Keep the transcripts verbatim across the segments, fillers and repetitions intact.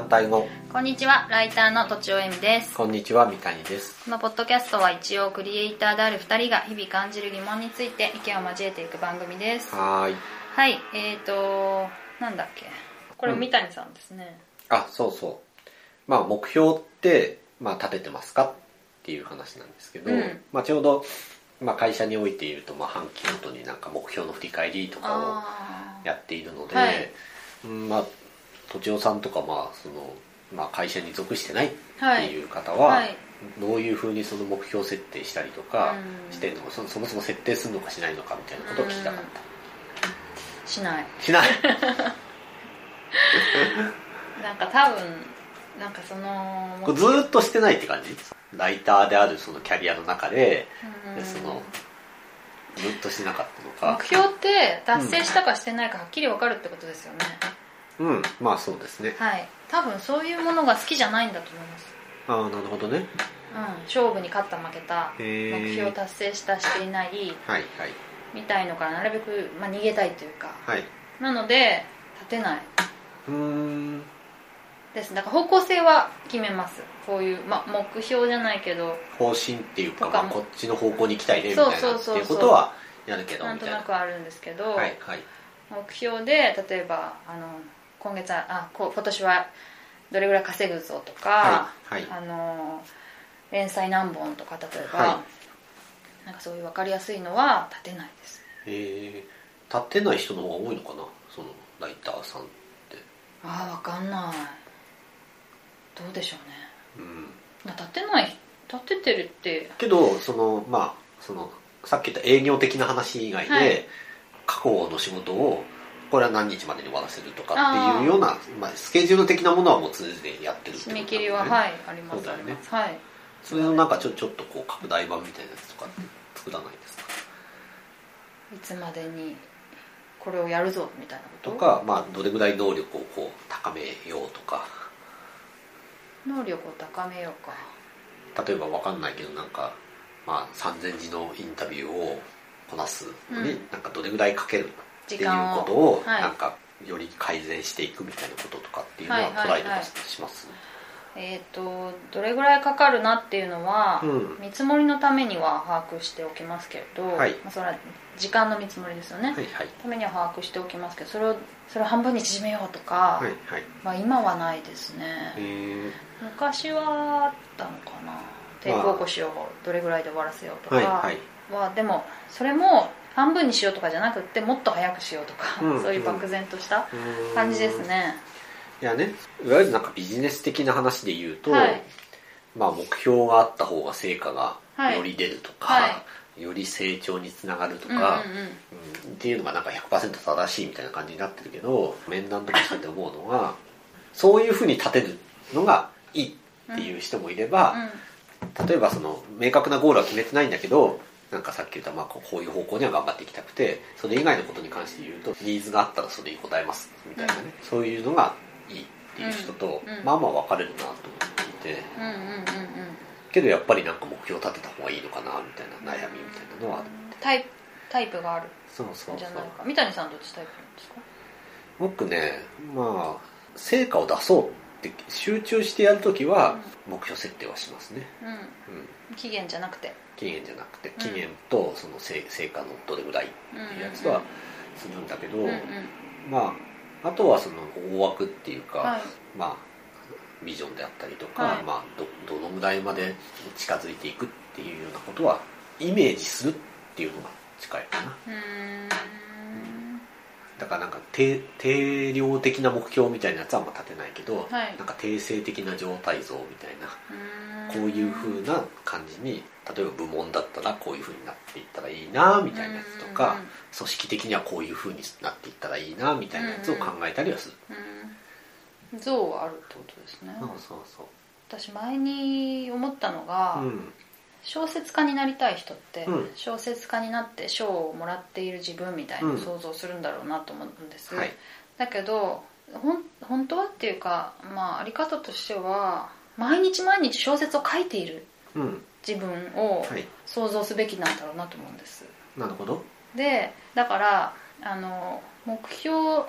反対語。 こんにちは、ライターのとちおえみです。 こんにちは、みかにです。 このポッドキャストは一応クリエイターであるふたりが日々感じる疑問について意見を交えていく番組です。 はーい。 はい、えーとなんだっけ、これ三谷さんですね、 うん、あ、そうそう。まあ目標って、まあ、立ててますかっていう話なんですけど、うん、まあ、ちょうど、まあ、会社においていると、まあ、半期ごとになんか目標の振り返りとかをやっているので、はい、うん、まあとちおさんとか、まあそのまあ、会社に属してないっていう方は、はいはい、どういうふうにその目標設定したりとかしてるのか、そ, そもそも設定するのかしないのかみたいなことを聞きたかった。 しないしないなんか多分なんかそのこれずーっとしてないって感じ？ライターであるそのキャリアの中で、でそのずっとしてなかったのか。 目標って達成したかしてないかはっきり分かるってことですよね。 うん、まあそうですね。 はい、多分そういうものが好きじゃないんだと思います。 ああ、なるほどね。うん、 勝負に勝った負けた、目標達成したしていない、 はいはい、 みたいのからなるべく、まあ、逃げたいというか、 はい、 なので立てない。 うーんです。だから方向性は決めます。こういう、まあ、目標じゃないけど方針っていうか、まあ、こっちの方向に行きたいねみたいなっていうことはやるけどなんとなくあるんですけど、 はいはい、 目標で例えばあの今月はあ今年はどれぐらい稼ぐぞとか、はいはい、あの連載何本とか例えば、はい、なんかそういう分かりやすいのは立てないです。 へえ、立てない人の方が多いのかな、そのライターさんって。 ああ、分かんない、どうでしょうね。うん、立てない立ててるってけどそのまあそのさっき言った営業的な話以外で、はい、過去の仕事をこれは何日までに終わらせるとかっていうような、まあ、スケジュール的なものはもう常々やってるってことなんだよね。 締め切りは、はい、あります。 そうだよね。 はい、 それのなんかちょ、ちょっとこう拡大版みたいなやつとかって作らないですか？ いつまでにこれをやるぞみたいなこととか、まあ、どれぐらい能力をこう高めようとか。 能力を高めようか。 例えば分かんないけどなんか、まあ、さんぜんじのインタビューをこなすのに、うん、なんかどれぐらいかけるっていうことを、はい、なんかより改善していくみたいなこととかっていうのはトライとかします？ えーとどれぐらいかかるなっていうのは、うん、見積もりのためには把握しておきますけれど、はい、まあ、それは時間の見積もりですよね、はいはい、ためには把握しておきますけど、それをそれを半分に縮めようとか、はいはい、まあ、今はないですね。昔はあったのかな、テープ起こしをどれぐらいで終わらせようとかは、はいはい、でもそれも半分にしようとかじゃなくってもっと早くしようとか、うん、そういう漠然とした感じですね。 いやね、いわゆるなんかビジネス的な話で言うと、はい、まあ、目標があった方が成果がより出るとか、はい、より成長につながるとか、うんうんうんうん、っていうのがなんか ひゃくパーセント 正しいみたいな感じになってるけど、面談とかしてて思うのはそういうふうに立てるのがいいっていう人もいれば、うんうん、例えばその明確なゴールは決めてないんだけど、なんかさっき言った、まあ、こういう方向には頑張っていきたくて、それ以外のことに関して言うとニーズがあったらそれに応えますみたいなね、うん、そういうのがいいっていう人と、うんうん、まあまあ分かれるなと思っていて、うんうんうんうん、けどやっぱりなんか目標を立てた方がいいのかなみたいな悩みみたいなのはあって、 タイプ、タイプがあるそうそうそうじゃないか。三谷さんどっちタイプなんですか？ 僕ね、まあ成果を出そうって集中してやるときは目標設定はしますね、うんうん、 期限じゃなくて期限じゃなくて期限とその成果のどれぐらいっていうやつはするんだけど、うんうん、まああとはその大枠っていうか、はい、まあビジョンであったりとか、はい、まあ ど, どのぐらいまで近づいていくっていうようなことはイメージするっていうのが近いかな。うーん、だからなんか 定, 定量的な目標みたいなやつはあんま立てないけど、はい、なんか定性的な状態像みたいな、こういう風な感じに、例えば部門だったらこういう風になっていったらいいなみたいなやつとか、組織的にはこういう風になっていったらいいなみたいなやつを考えたりはする。 うん、像はあるってことですね。 そうそうそう。 私前に思ったのが、うん、小説家になりたい人って、うん、小説家になって賞をもらっている自分みたいなのを想像するんだろうなと思うんです、うん、はい、だけどほん本当はっていうか、まあ、あり方としては毎日毎日小説を書いている自分を想像すべきなんだろうなと思うんです、 うん、はい、なるほど。 でだからあの目標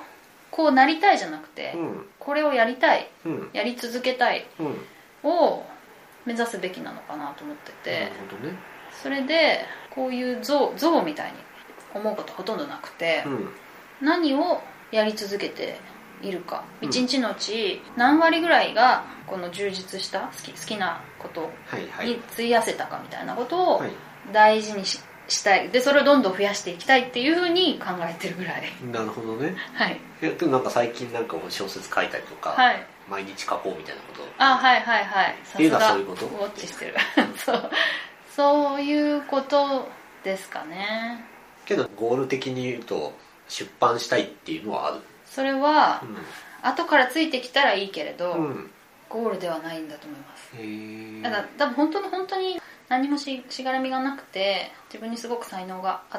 こうなりたいじゃなくて、 うん、 これをやりたい、 うん、 やり続けたいを目指すべきなのかなと思ってて、 なるほどね、 それでこういう像像みたいに思うことほとんどなくて、うん、何をやり続けているか、うん、いちにちのうち何割ぐらいがこの充実した好き、好きなことに費やせたかみたいなことを大事に し,、はい、したいで、それをどんどん増やしていきたいっていうふうに考えてるぐらい。 なるほどね。 はい。 でもなんか最近なんか小説書いたりとか、はい、毎日書こうみたいなこと、 あ、はいはいはい、 さすがそういうこと、 ウォッチしてるそうそういうことですかね。 けどゴール的に言うと出版したいっていうのはある。 それは、うん、後からついてきたらいいけれど、うん、ゴールではないんだと思います。へー。だから多分本当に本当に何も し, しがらみがなくて自分にすごく才能があって、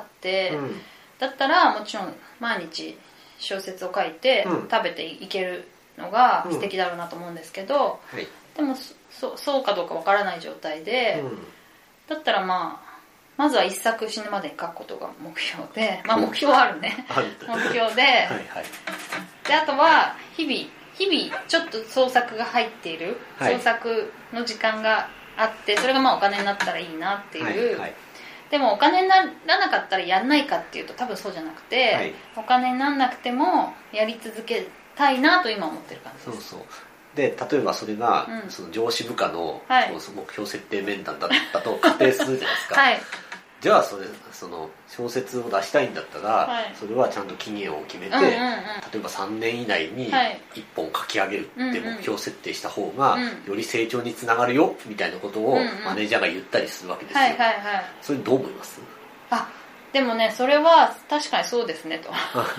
うん、だったらもちろん毎日小説を書いて、うん、食べていけるのが素敵だろうなと思うんですけど、うん、はい、でも そ, そうかどうかわからない状態で、うん、だったらまあまずは一作死ぬまでに書くことが目標で、まあ目標はあるね目標で、はいはい、であとは日々日々ちょっと創作が入っている、はい、創作の時間があって、それがまあお金になったらいいなっていう、はいはい、でもお金にならなかったらやんないかっていうと多分そうじゃなくて、はい、お金にならなくてもやり続けたいなと今思ってる感じです。 そうそうで、例えばそれが、うん、その上司部下の、はい、その目標設定面談だったと仮定するじゃないですか、はい、じゃあそれその小説を出したいんだったら、はい、それはちゃんと期限を決めて、うんうんうん、例えばさんねん以内にいっぽん書き上げるって目標設定した方が、うんうん、より成長につながるよみたいなことをマネージャーが言ったりするわけですよ、はいはいはい、それどう思います？ あ、でもね、それは確かにそうですねと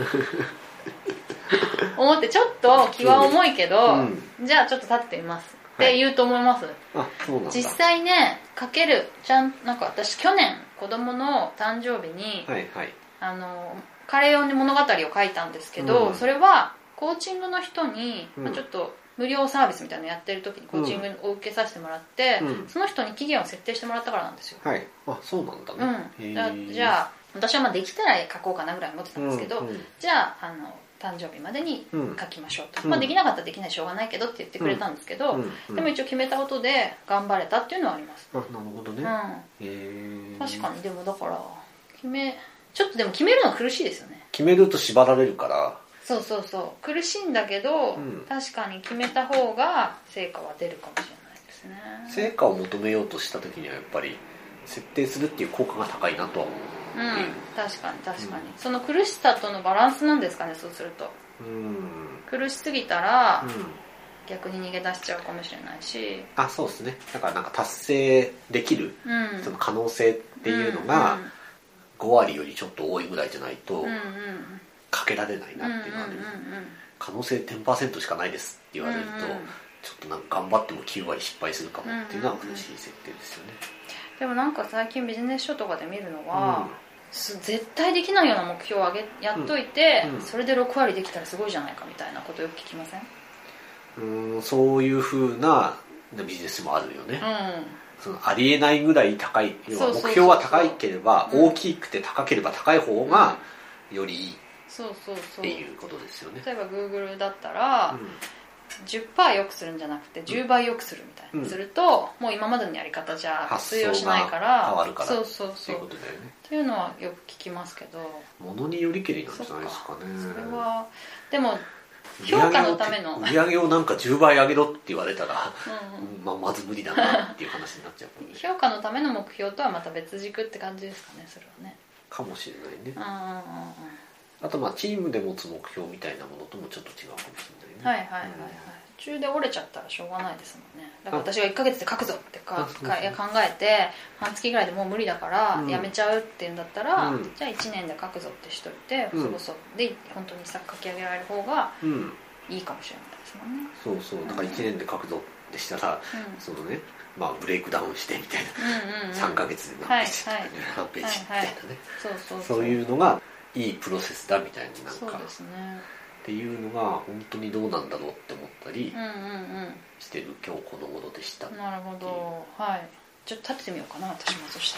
思って、ちょっと気は重いけど、うん、じゃあちょっと立ってみますって言うと思います、はい、あ、そうなんだ。実際ね、書けるちゃん、なんか私去年子供の誕生日に、はいはい、あの彼用に物語を書いたんですけど、うん、それはコーチングの人に、うん、まあ、ちょっと無料サービスみたいなのやってる時にコーチングを受けさせてもらって、うん、その人に期限を設定してもらったからなんですよ。 はい。あ、そうなんだね。 うん、だじゃあ私はまあできたら書こうかなぐらい思ってたんですけど、うんうん、じゃあ、あの誕生日までに書きましょうと、うん、まあ、できなかったらできないしょうがないけどって言ってくれたんですけど、うんうん、でも一応決めたことで頑張れたっていうのはあります。 あ、なるほどね、 うん、へ確かに。でもだから決めちょっとでも決めるのは苦しいですよね。 決めると縛られるから。 そうそうそう、苦しいんだけど、うん、確かに決めた方が成果は出るかもしれないですね。 成果を求めようとした時にはやっぱり設定するっていう効果が高いなとは思う。 うん、確かに確かに、うん、その苦しさとのバランスなんですかね。そうすると、うん、苦しすぎたら、うん、逆に逃げ出しちゃうかもしれないし。あ、 そうですね。だからなんか達成できる、うん、その可能性っていうのが、うんうん、ごわりよりちょっと多いぐらいじゃないと、うんうん、かけられないなっていうのはある、うんうんうんうん、可能性 じゅっパーセント しかないですって言われると、うんうん、ちょっとなんか頑張ってもきゅうわり失敗するかもっていうのは苦しい設定ですよね、うんうんうん。 でもなんか最近ビジネス書とかで見るのは、うん、絶対できないような目標を上げやっといて、うんうん、それでろくわりできたらすごいじゃないかみたいなことよく聞きません？ うーん、そういう風なビジネスもあるよね、うん、そのありえないぐらい高い、要は目標は高いければ、大きくて高ければ高い方がよりいいっていうことですよね。 例えば Google だったら、うん、じゅっパーセント 良くするんなくてじゅうばい良くするみたいな、うん、するともう今までのやり方じゃ通用しないから変わるからそうそうそうっていうことだよね。 っていうのはよく聞きますけど、 ものによりけりなんじゃないですかね。 それはでも評価のための売り上げをなんかじゅうばい上げろって言われたら、うんうん、まあ、まず無理だなっていう話になっちゃう、ね、 評価のための目標とはまた別軸って感じですかね。それはね、 かもしれないね。 うんうんうん、 あとまあチームで持つ目標みたいなものともちょっと違うかもしれないね。 はいはいはいはい、うん、途中で折れちゃったらしょうがないですもんね。だから私がいっかげつで書くぞってか考えて半月ぐらいでもう無理だからやめちゃうっていうんだったら、うん、じゃあいちねんで書くぞってしといて細々で本当にさ書き上げられる方がいいかもしれないですもんね。 そうそう、だからいちねんで書くぞってしたら、うん、そのね、まあブレイクダウンしてみたいな、うんうんうん、さんかげつで何ページとかね、何ページみたいなね、そうそうそう、そういうのがいいプロセスだみたいになんかそうですねっていうのが本当にどうなんだろうって思ったりしてる今日この頃でした。 なるほど、はい。ちょっと立ってみようかな私も。そ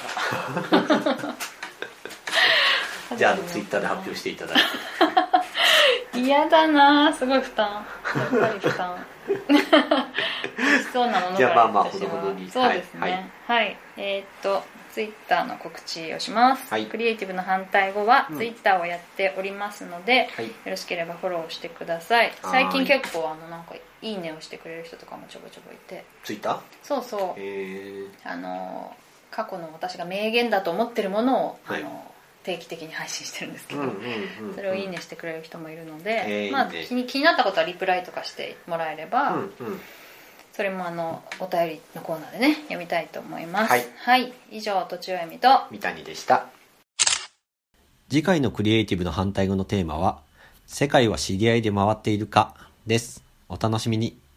したらじゃあツイッターで発表していただいて嫌だな、すごい負担、やっぱり負担そうなものが、 じゃあまあまあほどほどに。 そうですね、はい、はい、えー、っとツイッターの告知をします、はい、クリエイティブの反対語は、うん、ツイッターをやっておりますので、はい、よろしければフォローしてください。最近結構あのなんかいいねをしてくれる人とかもちょこちょこいて。 ツイッター？ そうそう、へあの過去の私が名言だと思ってるものを、はい、あの定期的に配信してるんですけど、うんうんうんうん、それをいいねしてくれる人もいるので、まあ、気に、気になったことはリプライとかしてもらえれば、うんうん、それもあのお便りのコーナーでね読みたいと思います。はい、はい、以上とちおえみと三谷でした。次回のクリエイティブの反対語のテーマは世界は知り合いで回っているかです。お楽しみに。